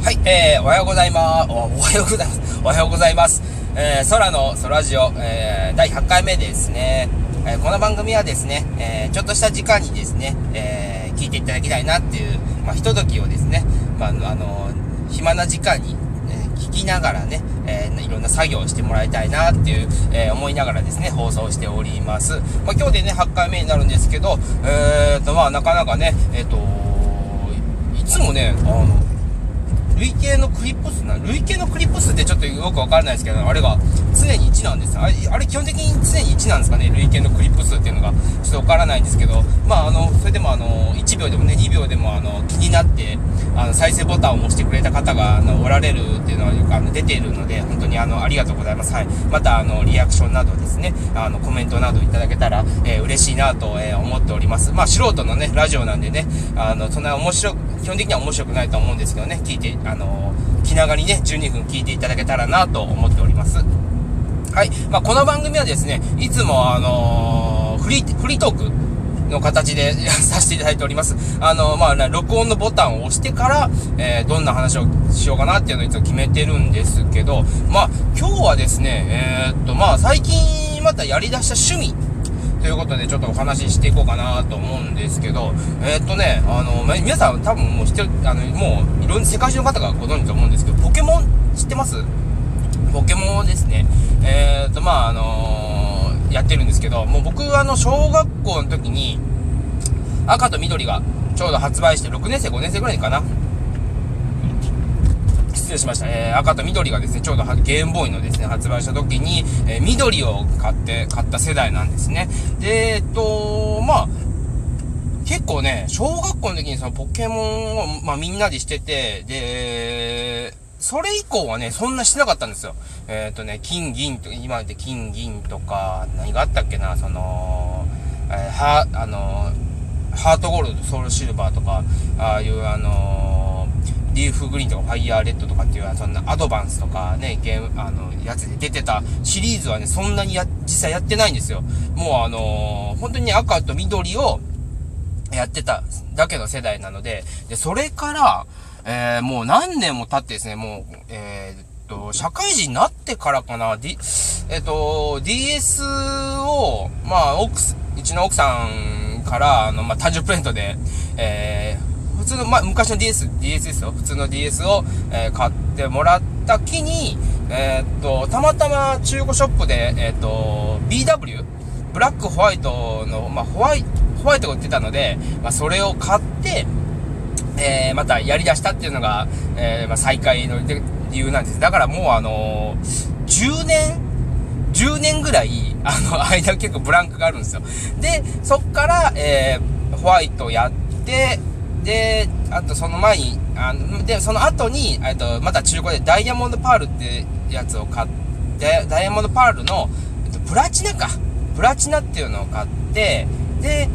はい、おはようございます。おはようございます。おはようございます。空のソラジオ、第8回目ですね。この番組はですね、ちょっとした時間にですね、聞いていただきたいなっていう、ひとときをですね、暇な時間に、聞きながらね、いろんな作業をしてもらいたいなっていう、思いながらですね、放送しております。今日でね、8回目になるんですけど、なかなかね、いつもね、累計のクリップ数ってちょっとよくわからないですけど、あれが常に1なんです。あれ基本的に常に1なんですかね、累計のクリップ数っていうのがちょっとわからないんですけど、それでも1秒でもね、2秒でも気になって再生ボタンを押してくれた方がおられるっていうのはよく出ているので、本当にありがとうございます。はい。またリアクションなどですね、コメントなどいただけたら、嬉しいなと、思っております。素人のねラジオなんでね、そんな基本的には面白くないと思うんですけどね、聞いて気長にね12分聞いていただけたらなと思っております。はい。この番組はですね、いつもフリートークの形でさせていただいております。録音のボタンを押してから、どんな話をしようかなっていうのをいつも決めてるんですけど、今日はですね、最近またやり出した趣味ということでちょっとお話ししていこうかなと思うんですけど、皆さん多分もうもういろんな世界中の方がご存知と思うんですけど、ポケモン知ってます？ポケモンですね。やってるんですけど、もう僕小学校の時に赤と緑がちょうど発売して6年生5年生ぐらいかな、失礼しました。赤と緑がですね、ちょうどゲームボーイのですね発売した時に、緑を買った世代なんですね。で結構ね、小学校の時にそのポケモンをみんなでしてて、でそれ以降はねそんなしてなかったんですよ。金銀と今で金銀とか何があったっけな、ハートゴールド、ソウルシルバーとか、ああいうリーフグリーンとかファイヤーレッドとかっていうそんなアドバンスとかね、ゲームやつで出てたシリーズはね、そんなに実際やってないんですよ。もう本当に赤と緑をやってただけの世代なので、それからもう何年も経ってですね、もう社会人になってからかな、DS をうちの奥さんから誕生日プレゼントで普通の昔の DS ですよ。普通の DS を、買ってもらった日にたまたま中古ショップでBW ブラックホワイトのホワイトが売ってたので、それを買ってまたやり出したっていうのが、再開の理由なんです。だからもう10年ぐらい間結構ブランクがあるんですよ。でそっから、ホワイトやって、であとその前にその後にまた中古でダイヤモンドパールってやつを買って、ダイヤモンドパールのプラチナっていうのを買って、で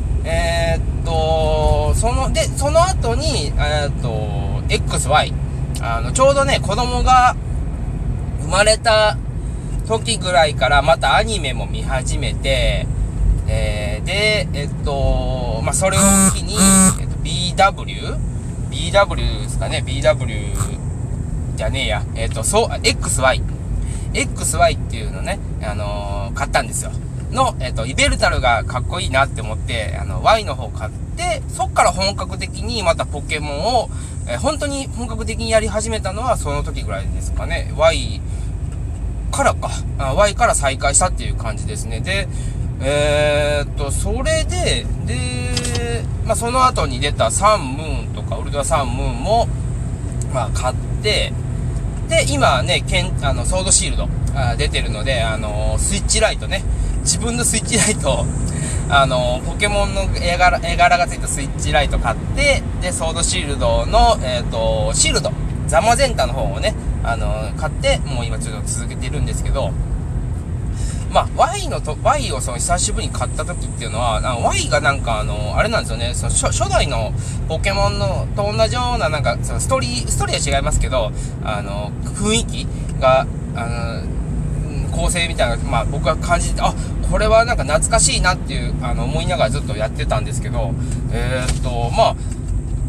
その後にXY ちょうどね子供が生まれた時ぐらいからまたアニメも見始めて、それを機にBW ですかね、BW じゃねえや、XY っていうのね、買ったんですよ。イベルタルがかっこいいなって思って、Y の方買って、そっから本格的にまたポケモンを、本当に本格的にやり始めたのはその時ぐらいですかね。Y から再開したっていう感じですね。で、それで、その後に出たサンムーンとかウルトラサンムーンも、買って、で、今ね、ソードシールド出てるので、スイッチライトね、自分のスイッチライト、ポケモンの絵柄がついたスイッチライト買って、で、ソードシールドの、シールド、ザマゼンタの方をね、買って、もう今ちょっと続けてるんですけど、Y を久しぶりに買った時っていうのは、Y があれなんですよね、初代のポケモンと同じようなストーリーは違いますけど、雰囲気が、構成みたいな、僕は感じて、これは懐かしいなっていう、思いながらずっとやってたんですけど、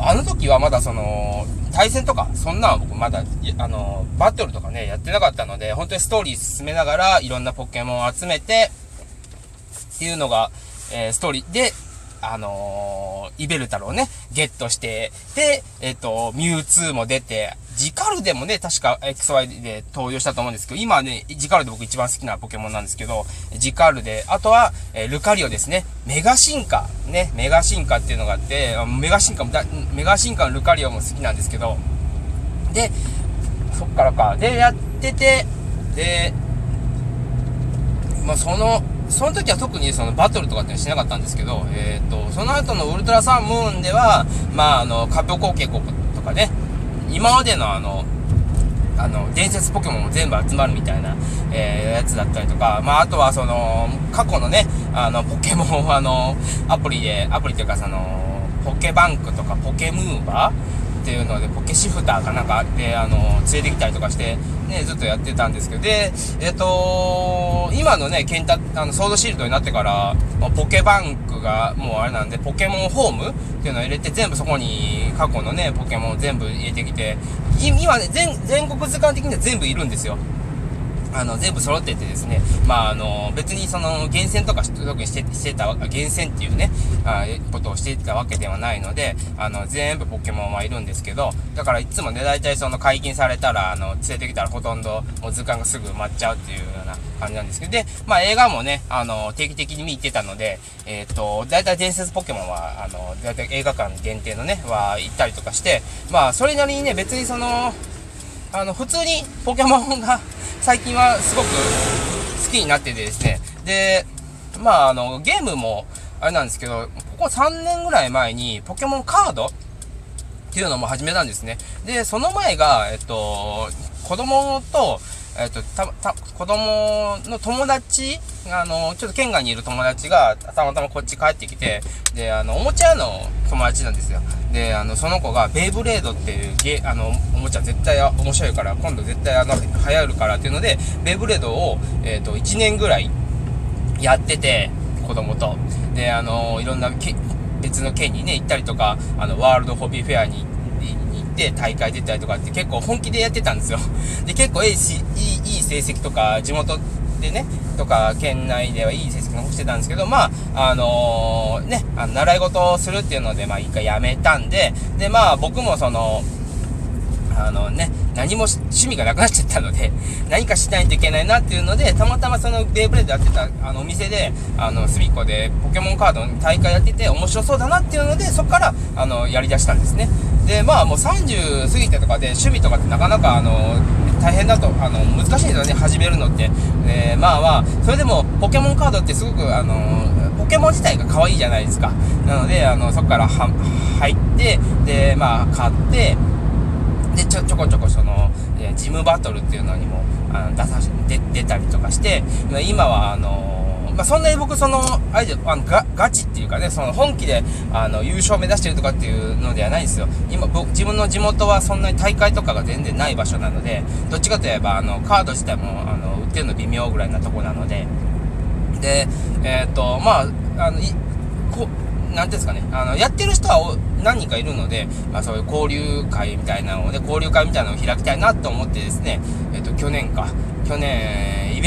あの時はまだ対戦とか、そんなんは僕まだ、バトルとかね、やってなかったので、本当にストーリー進めながら、いろんなポケモンを集めて、っていうのが、ストーリーで、イベルタルをね、ゲットして、で、ミュウツーも出て、ジカルデもね、確か XY で登場したと思うんですけど、今はね、ジカルデ僕一番好きなポケモンなんですけど、ジカルデ、あとは、ルカリオですね。メガ進化。ね、メガ進化っていうのがあって、メガ進化のルカリオも好きなんですけど、で、そっからか。で、やってて、で、まあ、その時は特にバトルとかってしなかったんですけど、その後のウルトラサンムーンでは、まあ、カピョコケコとかね、今までの伝説ポケモンも全部集まるみたいな、やつだったりとか、まあ、あとは過去のね、ポケモンをアプリっていうかポケバンクとかポケムーバーっていうので、ポケシフターかなんかで、連れてきたりとかして、ね、ずっとやってたんですけど、で、今のね、ソードシールドになってから、ポケバンクがもうあれなんで、ポケモンホームっていうのを入れて、全部そこに過去のね、ポケモンを全部入れてきて、今ね、全国図鑑的には全部いるんですよ。全部揃っててですね、まあ、別に厳選とか特にしてた、厳選っていうね、ことをしていたわけではないので、全部ポケモンはいるんですけど、だからいつもね、大体解禁されたら、連れてきたらほとんど、もう図鑑がすぐ埋まっちゃうっていうような感じなんですけど、で、まあ、映画もね、定期的に見に行ってたので、大体伝説ポケモンは、大体映画館限定のね、は行ったりとかして、まあ、それなりにね、別に普通にポケモンが最近はすごく好きになっててですね。で、まあゲームもあれなんですけど、ここ3年ぐらい前にポケモンカードっていうのも始めたんですね。で、その前が、子供と、子供の友達、ちょっと県外にいる友達が、たまたまこっち帰ってきて、で、おもちゃ屋の友達なんですよ。で、その子が、ベイブレードっていうおもちゃ絶対面白いから、今度絶対流行るからっていうので、ベイブレードを、1年ぐらいやってて、子供と。で、いろんな別の県にね、行ったりとか、ワールドホビーフェアに行って大会出たりとかって結構本気でやってたんですよ。で、結構いい成績とか、地元でね、とか、県内ではいい成績残してたんですけど、まあ、ね、習い事をするっていうので、まあ、一回やめたんで、で、まあ、僕もね、何も趣味がなくなっちゃったので、何かしないといけないなっていうので、たまたまベイブレードやってた、お店で、隅っこでポケモンカードの大会やってて面白そうだなっていうので、そこから、やり出したんですね。で、まあ、もう30過ぎてとかで趣味とかってなかなか、大変だと、難しいんですよね、始めるのって。まあ、それでも、ポケモンカードってすごく、ポケモン自体が可愛いじゃないですか。なので、そこから入って、で、まあ、買って、で、ちょこちょこジムバトルっていうのにも、出たりとかして、今は、まあ、そんなに僕あれで、ガチっていうかね、本気で、優勝目指してるとかっていうのではないんですよ。今、自分の地元はそんなに大会とかが全然ない場所なので、どっちかといえば、カード自体も、売ってるの微妙ぐらいなとこなので、で、まあ、なんていうんですかね、やってる人は何人かいるので、まあそういう交流会みたいなのを開きたいなと思ってですね、去年、イ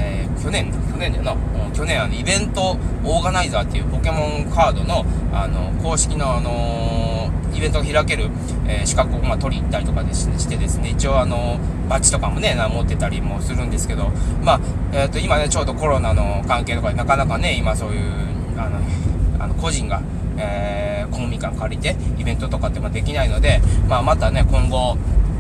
ベントオーガナイザーっていうポケモンカードの、公式のイベントが開ける、資格を取りに行ったりとかしてですね、一応バッジとかもね、持ってたりもするんですけど、まあ、今ね、ちょうどコロナの関係とかでなかなかね、今そういう、個人が、公民館借りてイベントとかってできないので、まあ、またね、今後、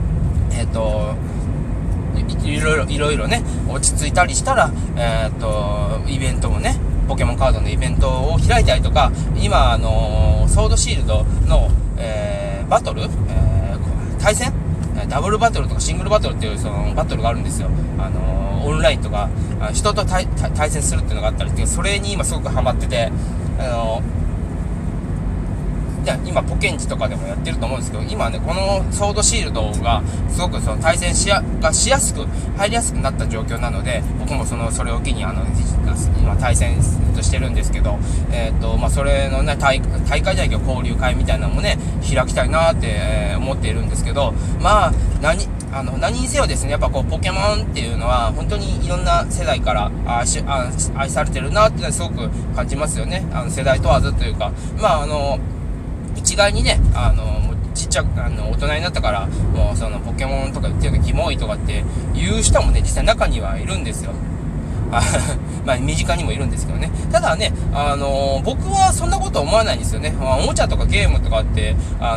いろいろね、落ち着いたりしたら、イベントもね、ポケモンカードのイベントを開いたりとか、今、ソードシールドの、バトル、対戦ダブルバトルとかシングルバトルっていうバトルがあるんですよ。オンラインとか、人と対戦するっていうのがあったりして、それに今すごくハマってて、 ね、今ポケンジとかでもやってると思うんですけど、今ね、このソードシールドがすごくその対戦がしやすく入りやすくなった状況なので、僕もそれを機に今対戦としてるんですけど、それのね、大会じゃないけど交流会みたいなのもね、開きたいなって、思っているんですけど、何にせよですね、やっぱこう、ポケモンっていうのは、本当にいろんな世代から愛されてるなっていうのはすごく感じますよね。世代問わずというか、一概にね、大人になったから、もうそのポケモンとか言ってるのキモいとかって言う人もね、実際中にはいるんですよ。身近にもいるんですけどね。ただね、僕はそんなこと思わないんですよね。おもちゃとかゲームとかって、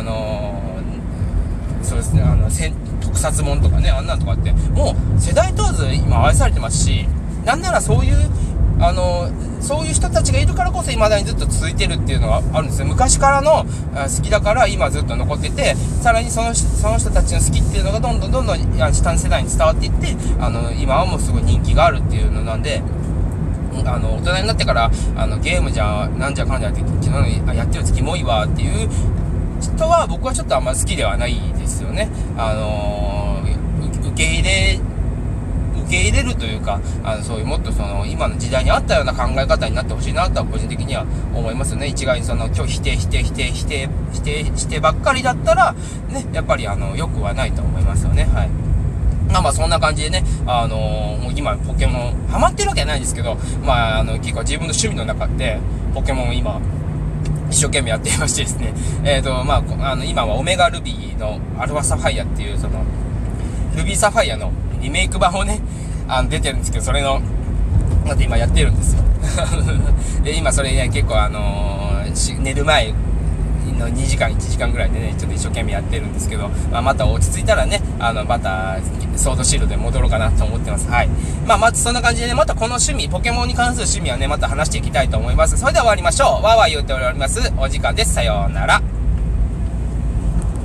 そうですね、特撮もんとかね、あんなんとかって、もう世代問わず今愛されてますし、なんならそういう人たちがいるからこそ未だにずっと続いてるっていうのがあるんですよ。昔からの好きだから今ずっと残ってて、さらにその人たちの好きっていうのがどんどん下の世代に伝わっていって、今はもうすごい人気があるっていうのなんで、大人になってから、ゲームじゃ、なんじゃかんじゃって、昨日やってるやつキモいわっていう人は、僕はちょっとあんま好きではないですよね。受け入れるというか、そういうもっと今の時代に合ったような考え方になってほしいなとは個人的には思いますよね。一概に今日否定ばっかりだったら、ね、やっぱり良くはないと思いますよね。はい。そんな感じでね、もう今ポケモンハマってるわけはないんですけど、結構自分の趣味の中でポケモンを今一生懸命やっていましてですね、今はオメガルビーのアルファサファイアっていうルビーサファイアのリメイク版をね、出てるんですけど、それの今やってるんですよ。で、今それね、結構寝る前の2時間1時間ぐらいでね、ちょっと一生懸命やってるんですけど、また落ち着いたらね、またソードシールドで戻ろうかなと思ってます。はい。まずそんな感じでね、またこの趣味、ポケモンに関する趣味はね、また話していきたいと思います。それでは終わりましょう。わーわー言うております。お時間です。さようなら。